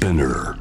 Spinner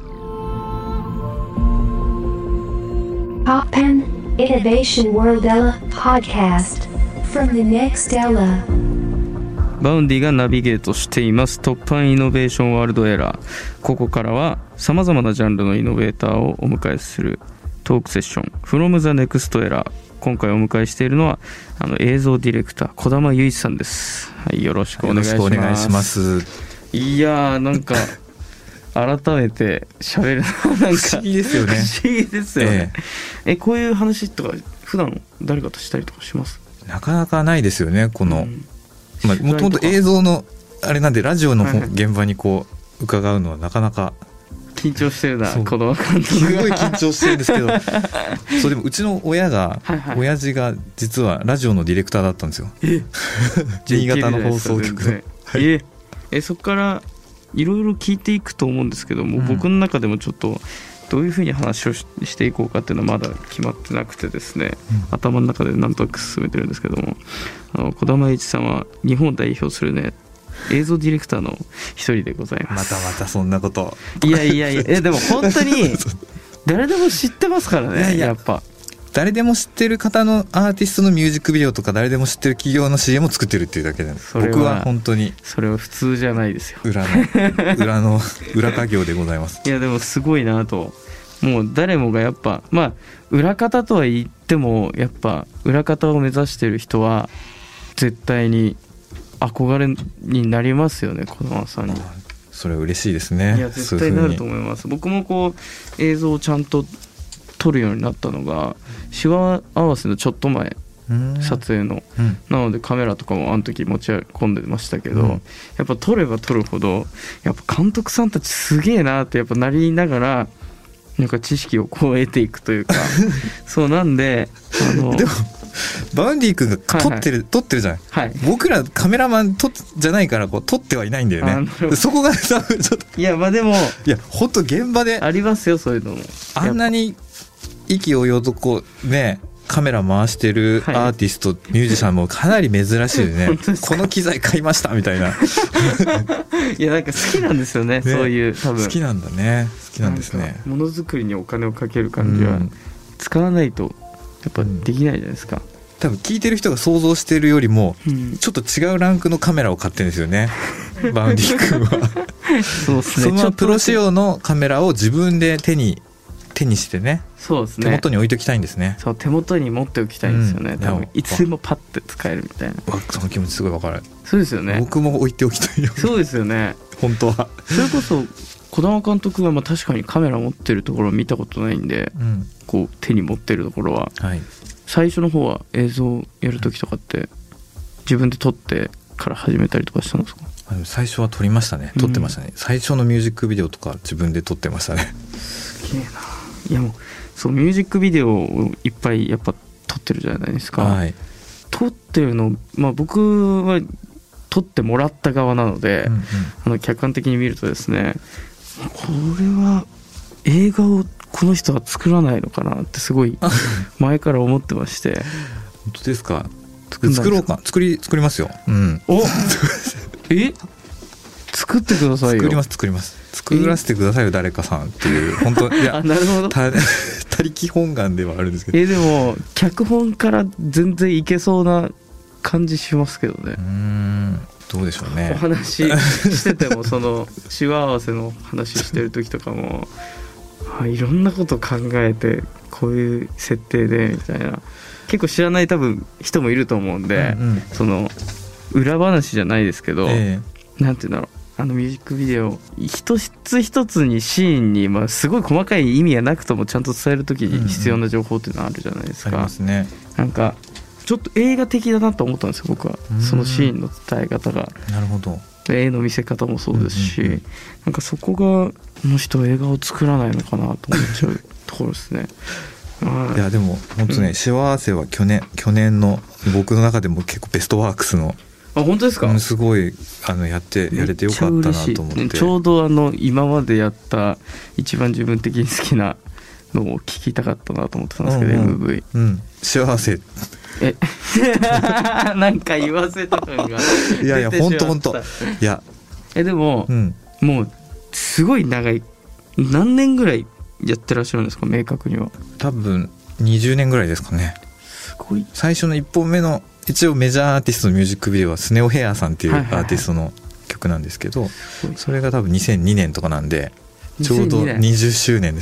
Poppen Innovation World Ella Podcast from the next Ella。 バウンディがナビゲートしています突破イノベーションワールドエラー。ここからはさまざまなジャンルのイノベーターをお迎えするトークセッション From the Next Era。 今回お迎えしているのは映像ディレクター児玉雄一さんです、はい、よろしくお願いします。 よろしくお願いします。 いやーなんか改めて喋るのなんか不思議ですよね。 不思議ですよね、こういう話とか普段誰かとしたりとかします？ なかなかないですよねこの、もともと映像のあれなんでラジオの現場にこう伺うのはなかなか緊張してるな子供監督がすごい緊張してるんですけどそうでもうちの親が、親父が実はラジオのディレクターだったんですよ。新潟の放送局のそこからいろいろ聞いていくと思うんですけども、僕の中でもちょっとどういうふうに話をしていこうかっていうのはまだ決まってなくてですね、頭の中でなんとなく進めてるんですけども、児玉一さんは日本を代表するね映像ディレクターの一人でございます。 またそんなこと。 いやでも本当に誰でも知ってますからね。やっぱ誰でも知ってる方のアーティストのミュージックビデオとか誰でも知ってる企業の CM を作ってるっていうだけで、僕は本当にそれは普通じゃないですよ。 裏稼業でございます。 いやでもすごいなと。もう誰もがやっぱ裏方とは言ってもやっぱ裏方を目指してる人は絶対に憧れになりますよね児玉さんに。 それは嬉しいですね。 いや絶対なると思います。僕もこう映像をちゃんと撮るようになったのがシワ合わせのちょっと前、撮影の、なのでカメラとかもあの時持ち込んでましたけど、やっぱ撮れば撮るほどやっぱ監督さんたちすげえなってやっぱなりながらなんか知識をこう得ていくというかそうなんででもバウンディ君が撮ってるじゃない、僕らカメラマンじゃないからこう撮ってはいないんだよね。そこが多分ちょっといやでも本当現場でありますよそういうのも。 あんなに意気揚々とこうねカメラ回してるアーティスト、ミュージシャンもかなり珍しいねこの機材買いましたみたいないやなんか好きなんですよねそういう多分好きなんだね。好きなんですね。 ものづくりにお金をかける感じは使わないとやっぱできないじゃないですか。 多分聞いてる人が想像してるよりもちょっと違うランクのカメラを買ってるんですよねバウンディ君はそうですね。 そのプロ仕様のカメラを自分で手にしてね。 そうですね。 手元に置いときたいんですね。 そう手元に持っておきたいんですよね、多分いつでもパッて使えるみたいな。 その気持ちすごい分かる。 そうですよね。 僕も置いておきたいよそうですよね本当は。 それこそ児玉監督は確かにカメラ持ってるところを見たことないんで、こう手に持ってるところは、最初の方は映像やる時とかって自分で撮ってから始めたりとかしたんですか？ 最初は撮りましたね。撮ってましたね、最初のミュージックビデオとか自分で撮ってましたね。 すげえな。いやもうそうミュージックビデオをいっぱいやっぱ撮ってるじゃないですか、撮ってるの僕は撮ってもらった側なので、客観的に見るとですね、これは映画をこの人は作らないのかなってすごい前から思ってまして本当ですか？作ろうか。作りますよ。 お作ってくださいよ。 作ります作らせてくださいよ誰かさんっていう本当いやなるほど他力本願ではあるんですけど、 でも脚本から全然いけそうな感じしますけどね。 どうでしょうね。 お話しててもそのシワ合わせの話してる時とかもいろんなこと考えてこういう設定でみたいな、結構知らない多分人もいると思うんで、その裏話じゃないですけど、なんていうんだろう、ミュージックビデオ一つ一つにシーンに、すごい細かい意味がなくともちゃんと伝える時に必要な情報っていうのはあるじゃないですか。 ありますね。 なんかちょっと映画的だなと思ったんですよ僕は。そのシーンの伝え方が。なるほど。絵の見せ方もそうですし、なんかそこがこの人は映画を作らないのかなと思っちゃうところですね。 いやでも本当ね、シワ合わせは去年の僕の中でも結構ベストワークスの。 本当ですか？ すごいやれてよかったなと思って。 ちょうど今までやった一番自分的に好きなのを聞きたかったなと思ってたんですけど、MV。 シワ合わせ。 なんか言わせた感が出てしまった。 いや本当いやでも、もうすごい長い何年ぐらいやってらっしゃるんですか、明確には。 多分20年ぐらいですかね。 すごい。 最初の1本目の一応メジャーアーティストのミュージックビデオはスネオヘアさんっていうアーティストの曲なんですけど、それが多分2002年とかなんでちょうど20周年です。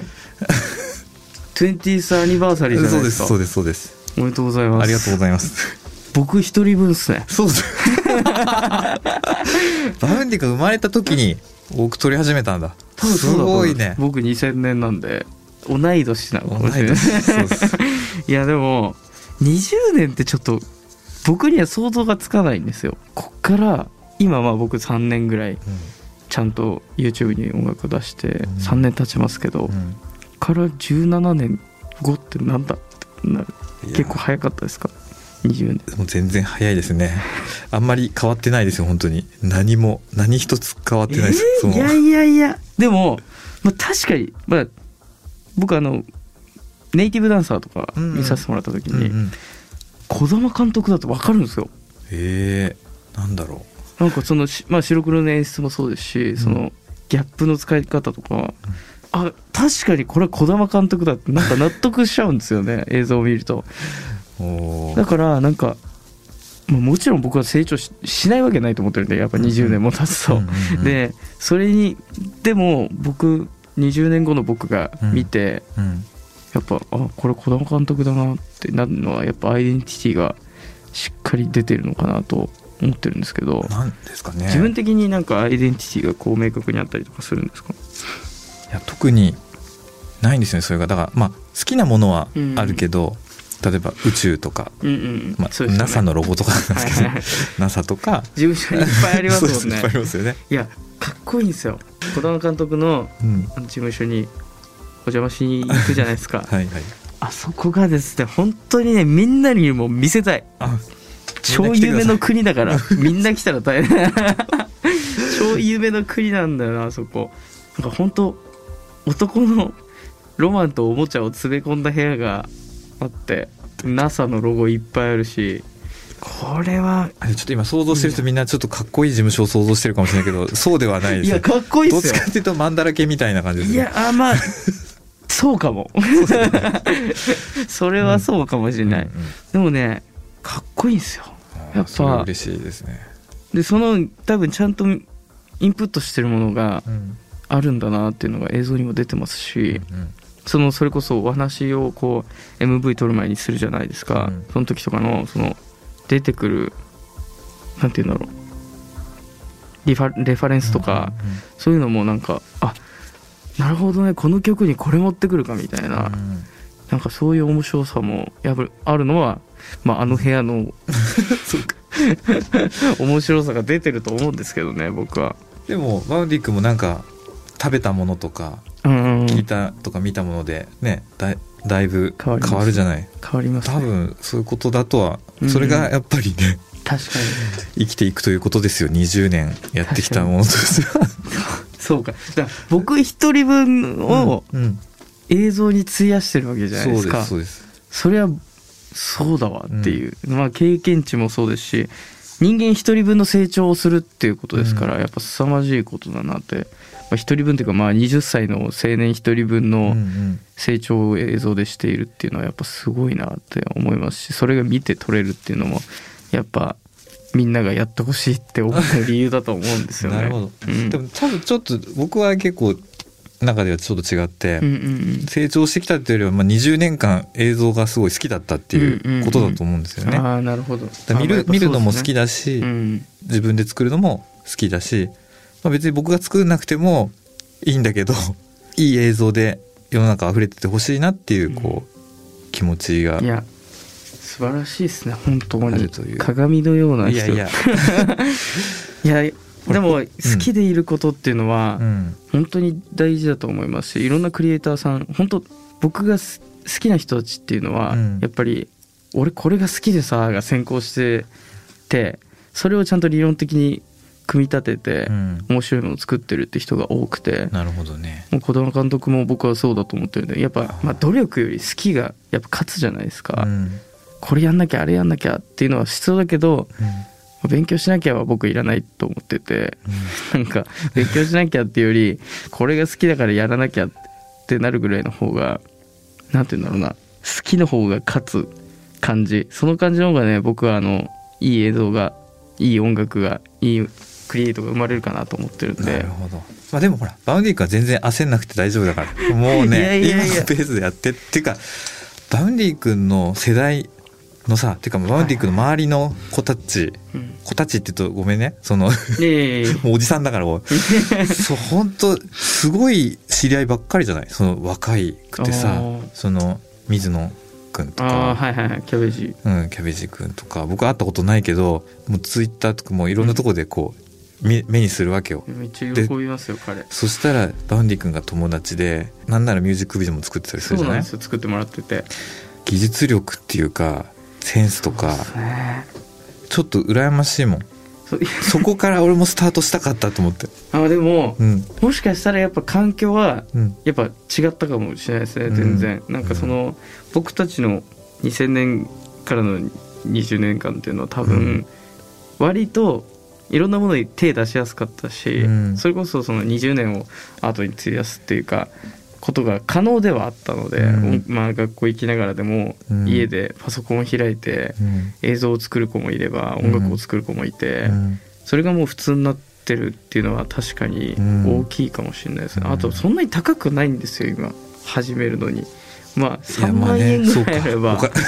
20th アニバーサリーじゃないですか。 そうですそうです。 おめでとうございます。 ありがとうございます。 僕一人分っすね。 そうです。バウンディが生まれた時に僕撮り始めたんだ。 多分そうだと思う。 すごいね。 僕2000年なんで同い年なのかもしれない。 同い年。そうです。 いやでも20年ってちょっと僕には想像がつかないんですよ。こっから今僕3年ぐらいちゃんと YouTube に音楽を出して3年経ちますけど、から17年後ってなんだってなる。結構早かったですか20年。 もう全然早いですね。あんまり変わってないですよ本当に。何一つ変わってないです。 いやでも、確かに、僕ネイティブダンサーとか見させてもらった時に、児玉監督だと分かるんですよ。 なんだろう。なんかその白黒の演出もそうですし、そのギャップの使い方とか、確かにこれは児玉監督だってなんか納得しちゃうんですよね映像を見ると。だからなんか、もちろん僕は成長 しないわけないと思ってるんで、やっぱ20年も経つと、でそれにでも僕20年後の僕が見て、やっぱこれ児玉監督だなってなるのはやっぱアイデンティティがしっかり出てるのかなと思ってるんですけど。 なんですかね。 自分的になんかアイデンティティがこう明確にあったりとかするんですか。 いや特にないんですよねそれが。だから好きなものはあるけど、例えば宇宙とか、NASA のロゴとかなんですけど、NASA とか事務所にいっぱいありますもんね。 いっぱいありますよね。いやかっこいいんですよ。児玉監督の事務所にお邪魔しに行くじゃないですか。あそこがですね本当にねみんなにも見せたい。超夢の国だからみんな来たら大変。超夢の国なんだよなあそこ。なんか本当男のロマンとおもちゃを詰め込んだ部屋があって NASA のロゴいっぱいあるし、これはちょっと今想像してる人みんなちょっとかっこいい事務所を想像してるかもしれないけどそうではないです。 いやかっこいいっすよ。 どっちかっていうとマンだらけみたいな感じですね。 いやそうかも。それはそうかもしれない。でもねかっこいいんですよやっぱ。 それは嬉しいですね。 でその多分ちゃんとインプットしてるものがあるんだなっていうのが映像にも出てますし、それこそお話をこう MV 撮る前にするじゃないですか、その時とかのその出てくるなんていうんだろうレファレンスとか、そういうのもなんかなるほどねこの曲にこれ持ってくるかみたいな、なんかそういう面白さもあるのは、あの部屋の面白さが出てると思うんですけどね僕は。 でもバウンディ君もなんか食べたものとか聞いたとか見たものでねだいぶ変わるじゃない。 変わりますね。 多分そういうことだとは、それがやっぱりね確かに生きていくということですよ。20年やってきたものとしては。 そうか。だから僕一人分を映像に費やしてるわけじゃないですか。 そうです。 それはそうだわっていう、経験値もそうですし人間一人分の成長をするっていうことですから、やっぱ凄まじいことだなって。一人分っていうか20歳の青年一人分の成長を映像でしているっていうのはやっぱすごいなって思いますし、それが見て取れるっていうのもやっぱみんながやってほしいって思う理由だと思うんですよね。 なるほど、でも多分ちょっと僕は結構中ではちょっと違って、成長してきたっていうよりは、20年間映像がすごい好きだったっていうことだと思うんですよね。 なるほど。 見るのも好きだし、自分で作るのも好きだし、別に僕が作らなくてもいいんだけどいい映像で世の中溢れててほしいなっていう気持ちが。 いや素晴らしいですね本当に。鏡のような人。いやでも好きでいることっていうのは本当に大事だと思いますし、いろんなクリエイターさん本当僕が好きな人たちっていうのは、やっぱり俺これが好きでさが先行してて、それをちゃんと理論的に組み立てて面白いものを作ってるって人が多くて。 なるほどね。 もう児玉監督も僕はそうだと思ってるんで、やっぱ努力より好きがやっぱ勝つじゃないですか、これやんなきゃあれやんなきゃっていうのは必要だけど、 勉強しなきゃは僕いらないと思ってて、なんか勉強しなきゃっていうよりこれが好きだからやらなきゃってなるぐらいの方が、なんていうんだろうな、好きの方が勝つ感じ、その感じの方がね、僕はいい映像が、いい音楽が、いいクリエイトが生まれるかなと思ってるんで。 なるほど。まあでもほらバウンディ君は全然焦んなくて大丈夫だからもうね今のペースでやってっていうか、バウンディ君の世代のさ、てかバウンディ君の周りの子たち、子たちって言うとごめんね、もうおじさんだからそう本当すごい知り合いばっかりじゃない、その若いくてさ、その水野君とか、 はいはいはい、キャベジ、 キャベジ君とか、僕会ったことないけどもうツイッターとかもいろんなところでこう、目にするわけよ。 めっちゃ喜びますよ彼。 そしたらバウンディ君が友達で、なんならミュージックビデオも作ってたりするじゃない。 そうなんですよ、作ってもらってて、 技術力っていうかセンスとか、ちょっと羨ましいもん。そこから俺もスタートしたかったと思って。 でも、もしかしたらやっぱ環境はやっぱ違ったかもしれないですね、全然。なんか僕たちの2000年からの20年間っていうのは多分割といろんなものに手出しやすかったし、それこそその20年をアートに費やすっていうかことが可能ではあったので、まあ学校行きながらでも家でパソコンを開いて映像を作る子もいれば音楽を作る子もいて、それがもう普通になってるっていうのは確かに大きいかもしれないですね。あとそんなに高くないんですよ今始めるのに。まあ3万円ぐらいあればなんか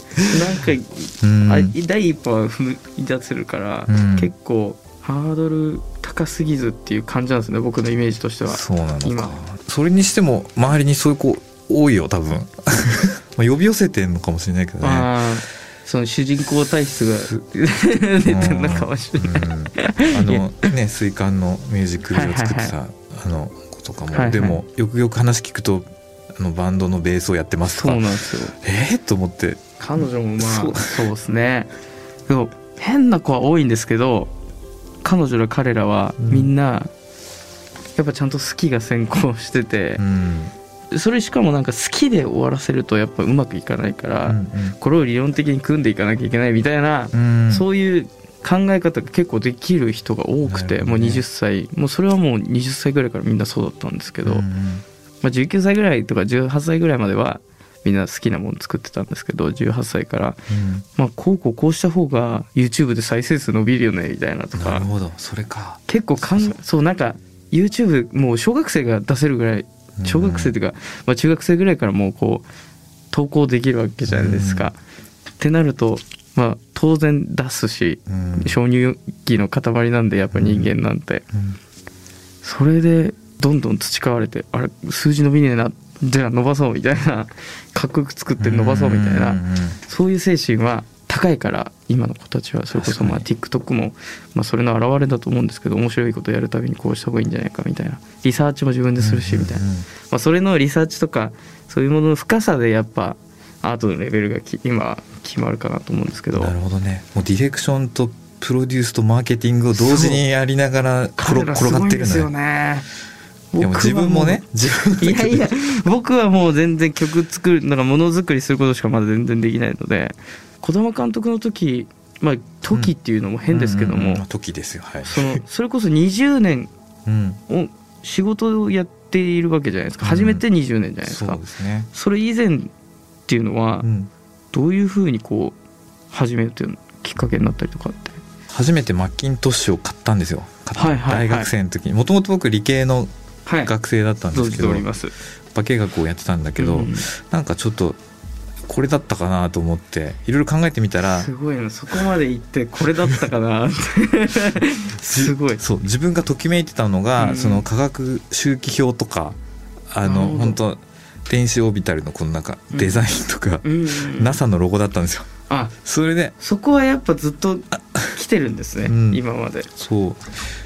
第一歩は踏み出せるから、結構ハードル高すぎずっていう感じなんですね、僕のイメージとしては。 そうなのか。今それにしても周りにそういう子多いよ多分まあ呼び寄せてんのかもしれないけどね。 その主人公体質が出てるのかもしれない水管のミュージックビデオ作ってた子とかも、でもよくよく話聞くとバンドのベースをやってますとか。 そうなんですよ。 と思って。 彼女もそうですね。でも変な子は多いんですけど、彼女ら彼らはみんなやっぱちゃんと好きが先行してて、それしかもなんか好きで終わらせるとやっぱうまくいかないから、これを理論的に組んでいかなきゃいけないみたいな、そういう考え方が結構できる人が多くて、もう20歳もうそれはもう20歳ぐらいからみんなそうだったんですけど、19歳ぐらいとか18歳ぐらいまではみんな好きなもの作ってたんですけど、18歳から、こうした方が YouTube で再生数伸びるよねみたいなとか。 なるほど、それか。 結構そうなんか YouTube もう小学生が出せるぐらい、小学生というか、中学生ぐらいからもうこう投稿できるわけじゃないですか。ってなると当然出すし、承認欲の塊なんでやっぱ人間なんて、それでどんどん培われて、あれ数字伸びねえな、じゃあ伸ばそうみたいな、かっこよく作って伸ばそうみたいな、そういう精神は高いから、今の子たちはそれこそTikTok もそれの表れだと思うんですけど、面白いことやるたびにこうした方がいいんじゃないかみたいな、リサーチも自分でするしみたいな、それのリサーチとかそういうものの深さでやっぱアートのレベルが今決まるかなと思うんですけど。 なるほどね。もうディレクションとプロデュースとマーケティングを同時にやりながら転がってるんだよね。でも自分もね、 いや僕はもう全然曲作る、なんかものづくりすることしかまだ全然できないので、児玉監督の時、時っていうのも変ですけども、 時ですよ、はい、 それこそ20年を仕事をやっているわけじゃないですか。初めて20年じゃないですか。 そうですね。 それ以前っていうのはどういうふうにこう始めるっていうきっかけになったりとかって。 初めてマッキントッシュを買ったんですよ。大学生の時に。もともと僕理系の学生だったんですけど、化学をやってたんだけど、なんかちょっとこれだったかなと思っていろいろ考えてみたら、 すごいな、そこまで行ってこれだったかなってすごい。 そう、自分がときめいてたのが、その化学周期表とか、本当電子オービタルのこのなんかデザインとか、NASA のロゴだったんですよ。それでそこはやっぱずっと来てるんですね、今まで。 そう、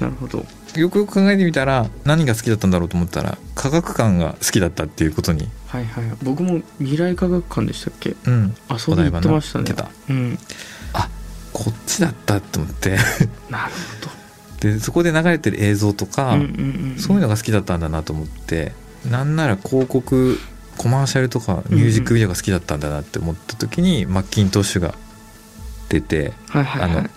なるほど。 よくよく考えてみたら何が好きだったんだろうと思ったら、科学館が好きだったっていうことに。 僕も未来科学館でしたっけ、そう行ってましたね。 こっちだったと思ってなるほど。でそこで流れてる映像とか、そういうのが好きだったんだなと思って、なんなら広告コマーシャルとかミュージックビデオが好きだったんだなって思った時に、マッキントッシュが出て、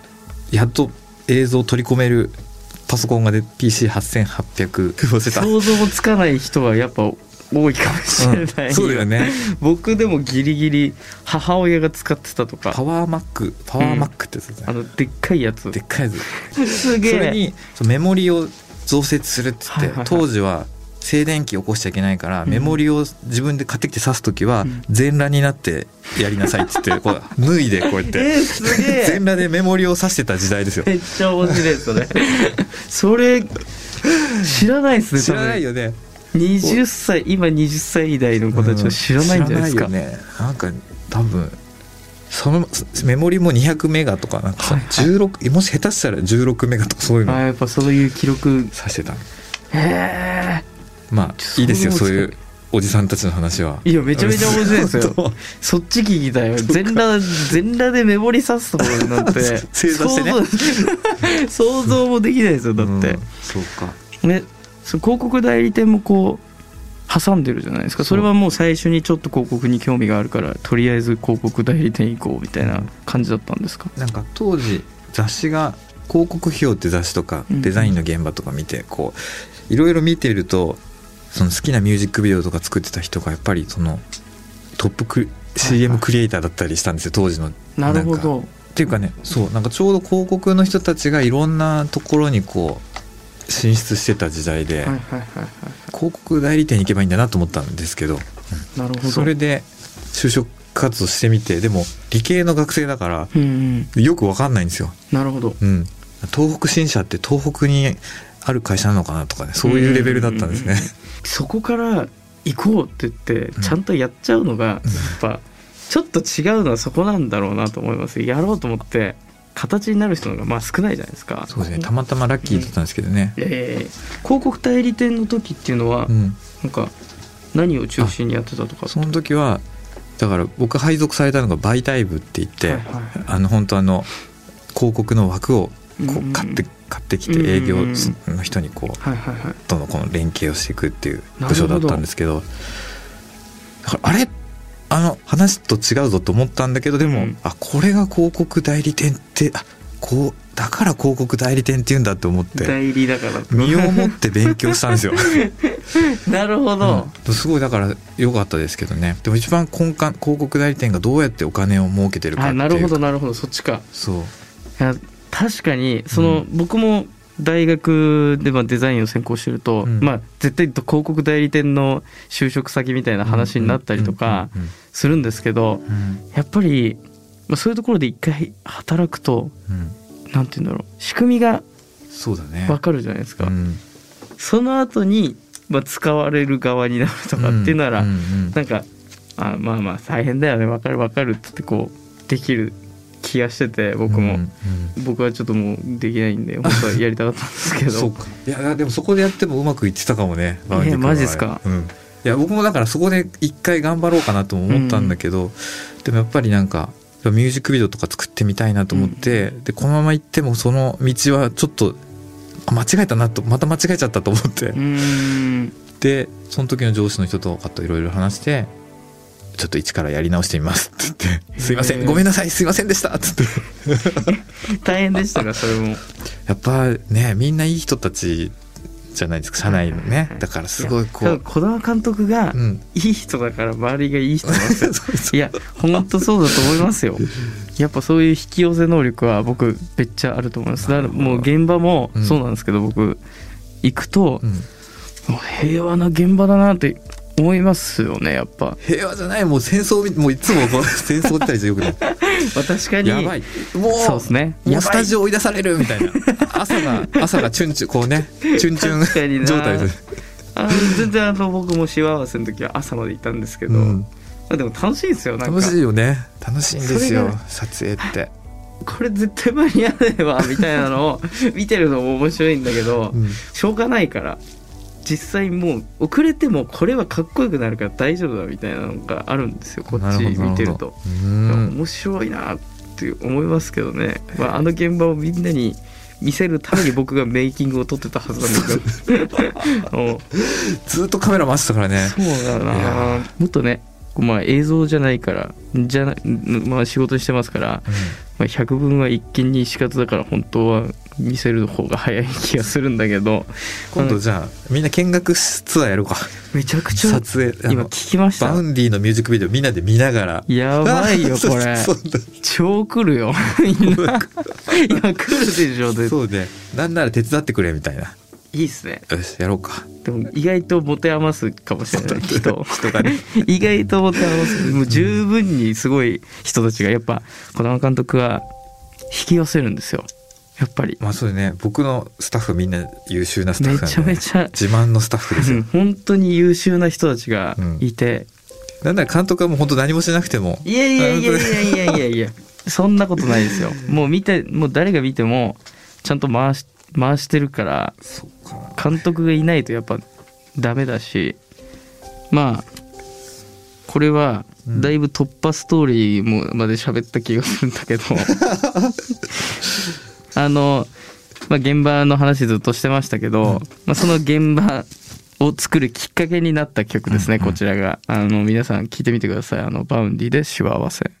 やっと映像を取り込めるパソコンがで PC8800 をしてた。 想像もつかない人はやっぱ多いかもしれない、 そうだよね。 僕でもギリギリ母親が使ってたとか、 パワーマックってやつですね、 でっかいやつ、 でっかいやつすげえ。 それにメモリを増設するって言って、 はいはいはい、 当時は静電気を起こしちゃいけないから、メモリを自分で買ってきて挿すときは全裸になってやりなさいって言って、こう脱いでこうやってすげえ全裸でメモリを挿してた時代ですよ。 めっちゃ面白いですねそれ知らないですね。 知らないよね。 20歳今20歳代の子たちは知らないんじゃないですか、 知らないよね。なんか多分そのメモリも200メガとかなんかさ、16もし下手したら16メガとかそういうのやっぱそういう記録さしてた。 へえ。 まあいいですよ、そういうおじさんたちの話は。 いやめちゃめちゃ面白いですよそっち聞きたいよ。全裸でメモリ挿すところなんて正座してね想像もできないですよだって、 そうかね。広告代理店もこう挟んでるじゃないですか。それはもう最初にちょっと広告に興味があるからとりあえず広告代理店行こうみたいな感じだったんですか。 なんか当時雑誌が広告費用って雑誌とかデザインの現場とか見てこういろいろ見ていると、その好きなミュージックビデオとか作ってた人がやっぱりそのトップCM クリエイターだったりしたんですよ当時の。 なるほど。 っていうかね、そうなんかちょうど広告の人たちがいろんなところにこう進出してた時代で、広告代理店に行けばいいんだなと思ったんですけど、 なるほど。 それで就職活動してみて、でも理系の学生だから、よく分かんないんですよ。 なるほど、 東北新社って東北にある会社なのかなとかね、そういうレベルだったんですね、 そこから行こうって言ってちゃんとやっちゃうのがやっぱちょっと違うのはそこなんだろうなと思います。やろうと思って形になる人の方がまあ少ないじゃないですか。 そうですね、たまたまラッキーだったんですけどね、 広告代理店の時っていうのは、なんか何を中心にやってたとか。 その時はだから僕配属されたのが媒体部って言って、本当広告の枠をこう買ってきて営業の人にこうとのこの連携をしていくっていう部署だったんですけど、だからあれ話と違うぞと思ったんだけど、でも、これが広告代理店って、こうだから広告代理店って言うんだって思って、 代理だから身をもって勉強したんですよなるほど、 すごいだから良かったですけどね。でも一番根幹、広告代理店がどうやってお金を儲けてるかっていう。 なるほどなるほど、そっちか。 そう、 いや確かに僕も大学でデザインを専攻してると、絶対広告代理店の就職先みたいな話になったりとかするんですけど、やっぱり、そういうところで一回働くと、なんていうんだろう、仕組みが分かるじゃないですか。その後に、使われる側になるとかっていうなら、なんかまあ大変だよね、分かるって言ってこうできる気がしてて、僕はちょっともうできないんで本当はやりたかったんですけどそうか。いやでもそこでやってもうまくいってたかもね。 マジですか。 いや僕もだからそこで一回頑張ろうかなとも思ったんだけど、でもやっぱりなんかミュージックビデオとか作ってみたいなと思って、でこのまま行ってもその道はちょっと間違えたなと、また間違えちゃったと思って、でその時の上司の人といろいろ話して、ちょっと一からやり直してみますって言って、すいません、ごめんなさい、すいませんでしたって言って大変でしたかそれも。 やっぱね、みんないい人たちじゃないですか、社内のね。だからすごいこう、 児玉監督がいい人だから周りがいい人なんですよいや本当そうだと思いますよ。やっぱそういう引き寄せ能力は僕めっちゃあると思います。だからもう現場もそうなんですけど、僕行くと、もう平和な現場だなって思いますよね。やっぱ平和じゃない、もう戦争、もういつもこう戦争って言ったりよくない確かにやばい、もうそうですね、 もうスタジオ追い出されるみたいな朝がチュンチュンこうね、チュンチュン状態で全然僕もしわ合わせの時は朝まで行ったんですけど、でも楽しいですよ。なんか楽しいよね、楽しいんですよ撮影って。 これ絶対間に合わないわみたいなのを見てるのも面白いんだけど、しょうがないから実際もう遅れてもこれはかっこよくなるから大丈夫だみたいなのがあるんですよ、こっち見てると。面白いなって思いますけどね。あの現場をみんなに見せるために僕がメイキングを撮ってたはずなんですけどずっとカメラ回してたからね。 そうだな、もっとね、映像じゃないから仕事してますから、 まあ、百聞は一見に一括だから本当は見せる方が早い気がするんだけど、 今度じゃあみんな見学ツアーやろうか。 めちゃくちゃ撮影今聞きました。 バウンディのミュージックビデオみんなで見ながら、 やばいよこれ超来るよみんな。いや来るでしょ。 そうね、なんなら手伝ってくれみたいな。 いいっすね。 よしやろうか。 でも意外と持て余すかもしれない人がね意外と持て余す。もう十分にすごい人たちがやっぱ児玉監督は引き寄せるんですよやっぱり。 まあそうね、僕のスタッフみんな優秀なスタッフなんで、 めちゃめちゃ自慢のスタッフですよ本当に優秀な人たちがいて、 なんなら監督はもう本当何もしなくても、 いやそんなことないですよ。もう誰が見てもちゃんと回してるから。 そうか、 監督がいないとやっぱダメだし、まあこれはだいぶ突破ストーリーもまで喋った気がするんだけどまあ、現場の話ずっとしてましたけど、まあ、その現場を作るきっかけになった曲ですね、こちらが。皆さん聞いてみてください。バウンディで手話合わせ。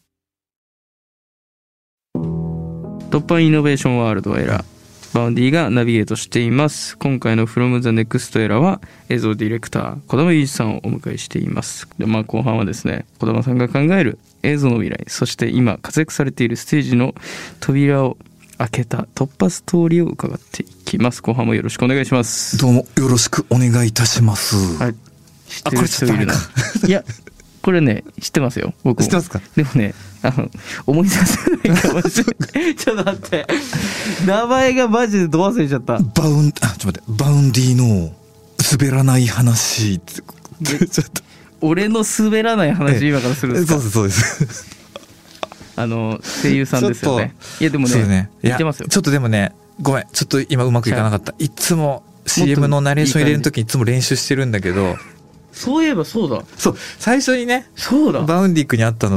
突破イノベーションワールドエラー、バウンディがナビゲートしています。今回の From the Next Era は映像ディレクター児玉裕一さんをお迎えしています。で、まあ、後半はですね、児玉さんが考える映像の未来、そして今活躍されているステージの扉を開けた突破ストーリーを伺っていきます。後半もよろしくお願いします。 どうもよろしくお願いいたします。 はい、知ってる人いるな。いやこれね知ってますよ、僕も。 知ってますか？ でもね思い出せないかもしれないちょっと待って、名前がマジでど忘れちゃった。 バウンディの滑らない話ちょっと俺の滑らない話今からするんですか？ そうです声優さんですよね。いやでもね言ってますよ。 ちょっとでもね、ごめん、ちょっと今うまくいかなかった。いつも CM のナレーション入れるときにいつも練習してるんだけど、 そういえばそうだ、 そう最初にね、 そうだ、 バウンディックにあったのって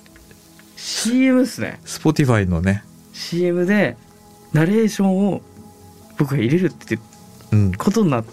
CM ですね。 Spotify のね CM でナレーションを僕が入れるってことになって、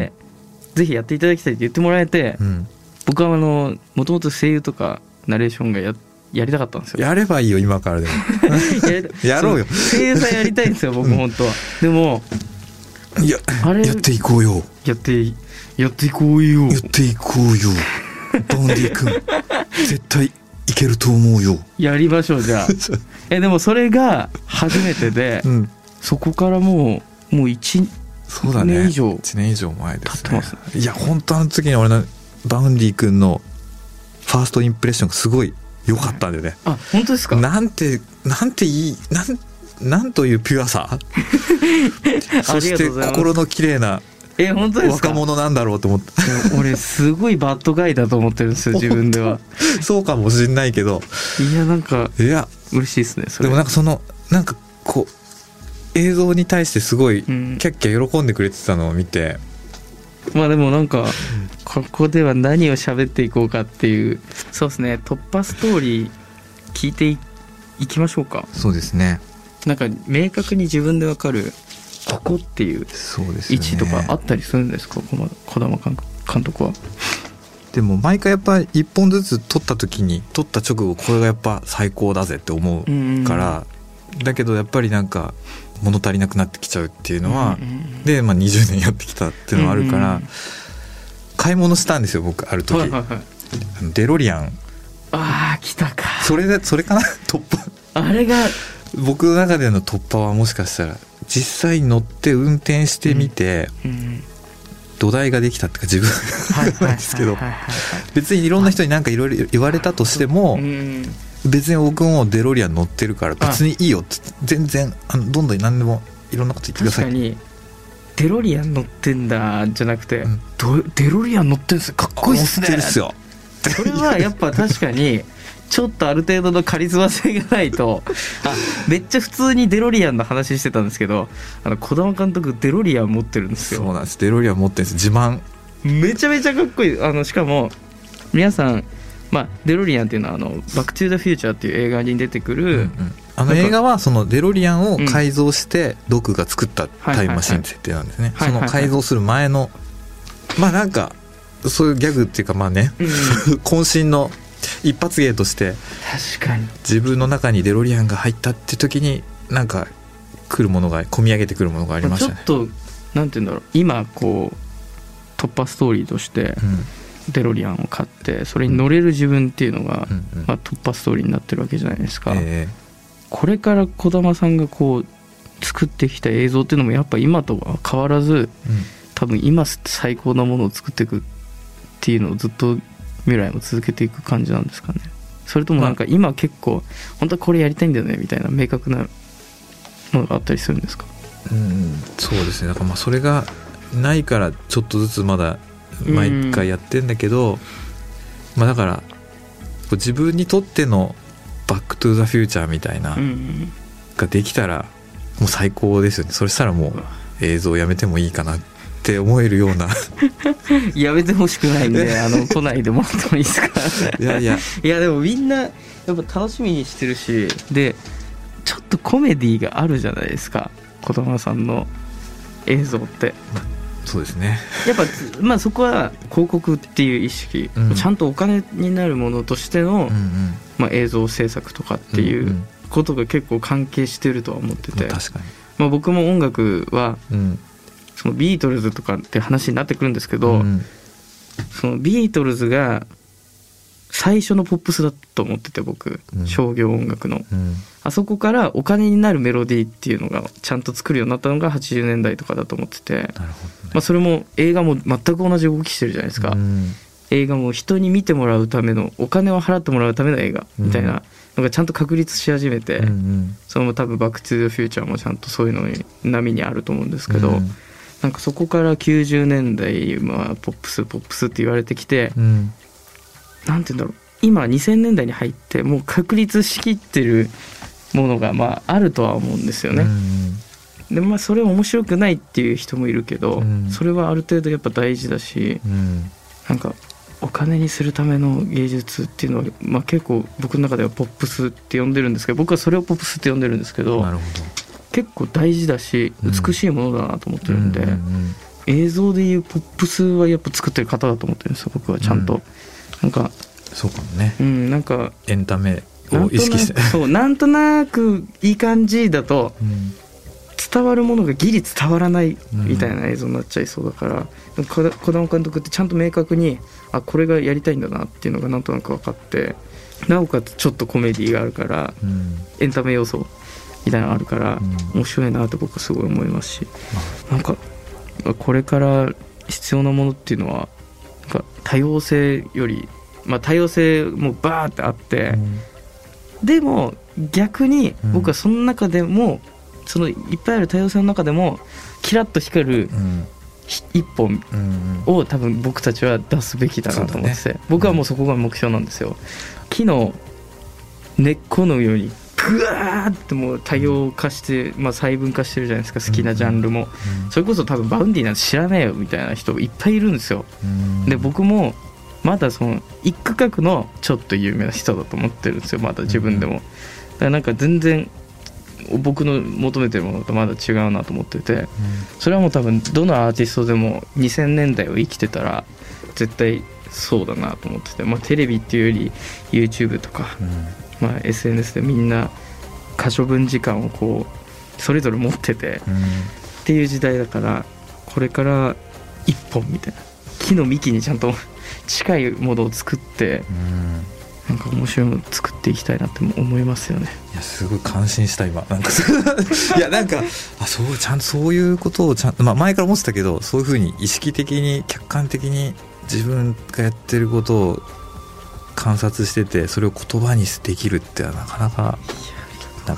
ぜひやっていただきたいって言ってもらえて、僕はもともと声優とかナレーションがやりたかったんですよ。 やればいいよ今からでもやろうよ。 声優さんやりたいんですよ僕本当は。でもいややっていこうよ。 やっていこうよ。 バウンディ君絶対いけると思うよ。 やりましょうじゃあでもそれが初めてで、そこからもう1年以上 1年以上前ですね。 経ってます。 いや本当あの時に俺のバウンディ君のファーストインプレッションがすごい良かったんだよね。 あ、本当ですか？ なんていいなんというピュアさそして心の綺麗な本当ですか？ 若者なんだろうと思った俺すごいバッドガイだと思ってるんですよ自分ではそうかもしんないけど、 いやなんか嬉しいですねそれ。 でもなんかこう映像に対してすごいキャッキャ喜んでくれてたのを見て、 まあでもなんかここでは何を喋っていこうかっていう、そうですね、突破ストーリー聞いていきましょうか。 そうですね。 なんか明確に自分で分かるここっていう位置とかあったりするんですか、児玉監督は。 でも毎回やっぱ一本ずつ撮った直後これがやっぱ最高だぜって思うから、だけどやっぱりなんか物足りなくなってきちゃうっていうのは、で、まあ、20年やってきたっていうのがあるから、買い物したんですよ僕ある時、デロリアン。 ああ来たか。 それかな突破。あれが僕の中での突破はもしかしたら実際に乗って運転してみて、土台ができたっていうか自分なんですけど、別にいろんな人になんかいろいろ言われたとしても、別に僕もデロリアン乗ってるから別にいいよって、全然どんどん何でもいろんなこと言ってください。 確かにデロリアン乗ってんだじゃなくて、デロリアン乗ってんすかっこいいっすね。乗ってるっすよ。それはやっぱ確かにちょっとある程度のカリスマ性がないとめっちゃ普通にデロリアンの話してたんですけど、児玉監督デロリアン持ってるんですよ。 そうなんです、デロリアン持ってるんです。自慢。 めちゃめちゃかっこいい。しかも皆さん、デロリアンっていうのはバックトゥザフューチャーっていう映画に出てくる、映画はそのデロリアンを改造してドクが作ったタイムマシンって設定なんですね。その改造する前のなんかそういうギャグっていうか渾身の一発芸として確かに自分の中にデロリアンが入ったって時になんか来るものが込み上げてくるものがありましたね。 ちょっとなんて言うんだろう、今こう突破ストーリーとしてデロリアンを買ってそれに乗れる自分っていうのが、まあ、突破ストーリーになってるわけじゃないですか、これから児玉さんがこう作ってきた映像っていうのもやっぱ今とは変わらず、多分今最高なものを作っていくっていうのをずっと未来も続けていく感じなんですかね。それともなんか今結構本当はこれやりたいんだよねみたいな明確なものがあったりするんですか？ そうですね。だからまあそれがないからちょっとずつまだ毎回やってんだけど、まあだから自分にとってのバックトゥーザフューチャーみたいなができたらもう最高ですよね。そしたらもう映像やめてもいいかなって思えるようなやめてほしくないんで来ないでもらってもいいですか？いやでもみんなやっぱ楽しみにしてるし、でちょっとコメディがあるじゃないですか児玉さんの映像って。 そうですね。 やっぱまあそこは広告っていう意識、ちゃんとお金になるものとしての、まあ、映像制作とかっていうことが結構関係してるとは思ってて、 確かに、 まあ、僕も音楽は、そのビートルズとかって話になってくるんですけど、そのビートルズが最初のポップスだと思ってて僕、商業音楽の、あそこからお金になるメロディーっていうのがちゃんと作るようになったのが80年代とかだと思ってて、なるほどね。まあ、それも映画も全く同じ動きしてるじゃないですか、映画も人に見てもらうためのお金を払ってもらうための映画みたいなのがちゃんと確立し始めて、その多分バックトゥーザフューチャーもちゃんとそういうのに波にあると思うんですけど、なんかそこから90年代、まあ、ポップスって言われてきて、なんて言うんだろう、今2000年代に入ってもう確立しきってるものがまああるとは思うんですよね。でまあそれ面白くないっていう人もいるけど、それはある程度やっぱ大事だし、なんかお金にするための芸術っていうのは、まあ、結構僕の中ではポップスって呼んでるんですけど、僕はそれをポップスって呼んでるんですけど、 なるほど、 結構大事だし美しいものだなと思ってるんで、映像でいうポップスはやっぱ作ってる方だと思ってるんですよ僕はちゃんと、なんかそうかもね、 なんかエンタメを意識してそうなんとなくいい感じだと、伝わるものがギリ伝わらないみたいな映像になっちゃいそうだから、児玉監督ってちゃんと明確にこれがやりたいんだなっていうのがなんとなく分かって、なおかつちょっとコメディがあるから、エンタメ要素みたいなのあるから、面白いなって僕はすごい思いますし、なんかこれから必要なものっていうのはなんか多様性より、まあ、多様性もバーってあって、でも逆に僕はその中でも、そのいっぱいある多様性の中でもキラッと光る一本を多分僕たちは出すべきだなと思ってて、僕はもうそこが目標なんですよ。木の根っこのようにグワーってもう多様化して、まあ、細分化してるじゃないですか、好きなジャンルも。それこそ多分バウンディなんて知らねえよみたいな人いっぱいいるんですよ。で僕もまだその一区画のちょっと有名な人だと思ってるんですよ、まだ自分でも。だからなんか全然僕の求めてるものとまだ違うなと思ってて、それはもう多分どのアーティストでも2000年代を生きてたら絶対そうだなと思ってて、まあ、テレビっていうより YouTube とか、まあ、SNS でみんな可処分時間をこうそれぞれ持ってて、っていう時代だから、これから一本みたいな木の幹にちゃんと近いものを作って、なんか面白いものを作っていきたいなって思いますよね。 いやすごい感心した今なんかいやなんかそうちゃんとそういうことをちゃんと、まあ、前から思ってたけど、そういうふうに意識的に客観的に自分がやってることを観察してて、それを言葉にできるってなかなかな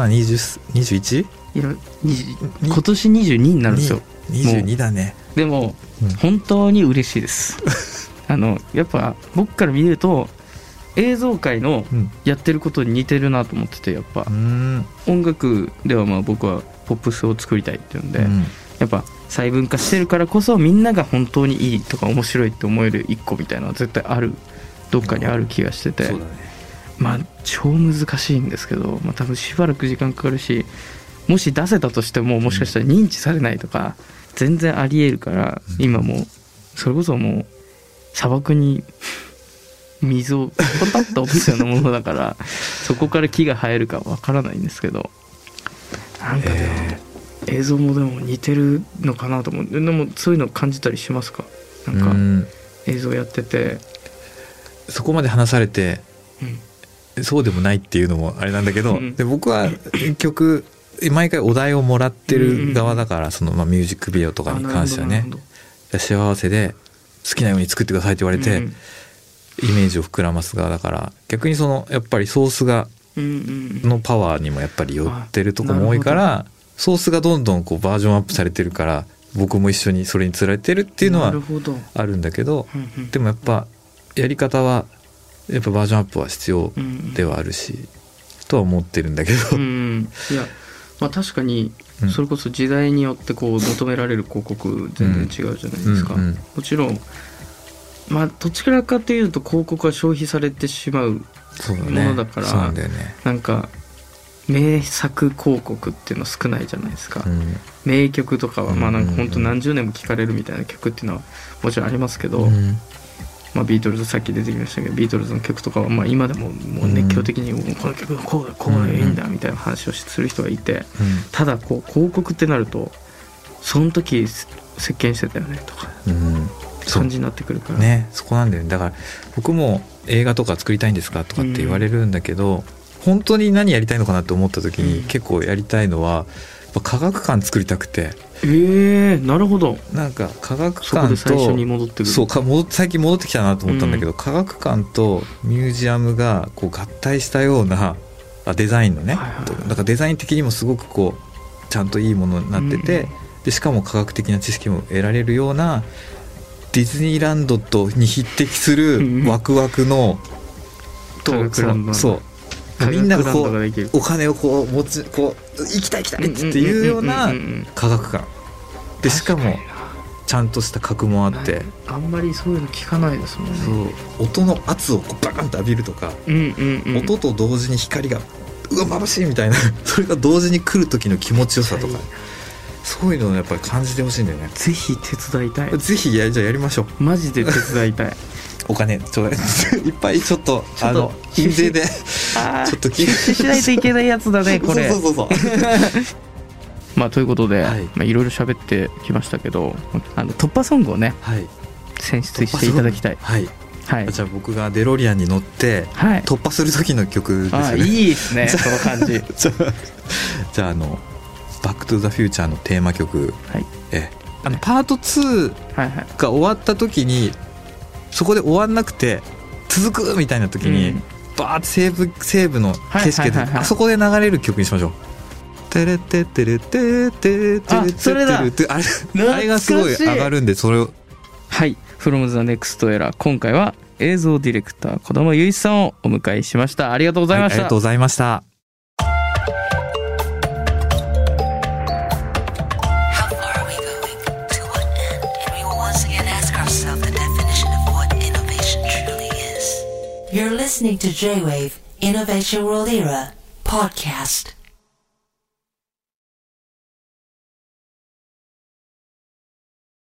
21? いや今年22になるんですよ。 22だね。 でも、本当に嬉しいですやっぱ僕から見ると映像界のやってることに似てるなと思ってて、やっぱ音楽ではまあ僕はポップスを作りたいっていうんで、やっぱ細分化してるからこそみんなが本当にいいとか面白いって思える一個みたいなのは絶対ある、どっかにある気がしてて、まあ超難しいんですけど、まあ、多分しばらく時間かかるし、もし出せたとしてももしかしたら認知されないとか全然ありえるから、今もうそれこそもう砂漠に水をポタッと落とすようなものだからそこから木が生えるかわからないんですけど、なんかでも、映像もでも似てるのかなと思う。でもそういうの感じたりしますか？なんか映像やっててそこまで話されて、そうでもないっていうのもあれなんだけど、で僕は曲毎回お題をもらってる側だから、そのミュージックビデオとかに関してはね、幸せで好きなように作ってくださいって言われて、イメージを膨らます側だから、逆にそのやっぱりソースがのパワーにもやっぱり寄ってるとこも多いから、ソースがどんどんこうバージョンアップされてるから、僕も一緒にそれにつられてるっていうのはあるんだけど、でもやっぱやり方はやっぱバージョンアップは必要ではあるし、とは思ってるんだけど、 いや確かにそれこそ時代によってこう求められる広告全然違うじゃないですか。もちろんどちらかというと広告は消費されてしまうものだから、なんか名作広告っていうの少ないじゃないですか。名曲とかはなんか本当何十年も聴かれるみたいな曲っていうのはもちろんありますけど、ビートルズさっき出てきましたけど、ビートルズの曲とかは今でももう熱狂的にこの曲がこうでいいんだみたいな話をする人がいて、ただこう広告ってなるとその時席巻してたよねとか感じになってくるからね。そこなんだよね。だから僕も映画とか作りたいんですかとかって言われるんだけど、本当に何やりたいのかなって思った時に、結構やりたいのは科学館作りたくて。 なるほど。 なんか科学館と最初に戻ってくる。 最近戻ってきたなと思ったんだけど、科学館とミュージアムがこう合体したようなデザインのね、だからデザイン的にもすごくこうちゃんといいものになってて、でしかも科学的な知識も得られるようなディズニーランドに匹敵するワクワクのみんながこうお金をこう持ちこう行きたいっていうような科学館で、しかもちゃんとした格もあって、 あんまりそういうの聞かないですもんね。 音の圧をこうバーンと浴びるとか、音と同時に光が眩しいみたいなそれが同時に来る時の気持ちよさとか、そういうのをやっぱり感じてほしいんだよね。 ぜひ手伝いたい。 ぜひじゃあやりましょう。 マジで手伝いたい。 お金ちょうだいいっぱいちょっと印税でちょっと出資しないといけないやつだねこれ。そうということで、いろいろ喋ってきましたけど、突破ソングをね、選出していただきたい。 じゃあ僕がデロリアンに乗って突破する時の曲ですよね。 いいですねその感じ。 じゃあバックトゥザフューチャーのテーマ曲、パート2が終わった時にそこで終わんなくて続くみたいな時に、バーッて西部の景色であそこで流れる曲にしましょう。テレテテレテテテレテレテあれがすごい上がるんで、それを From the Next Era、 今回は映像ディレクター児玉雄一さんをお迎えしました。ありがとうございました。 ありがとうございました。 You're listening to J-Wave Innovation World Era podcast.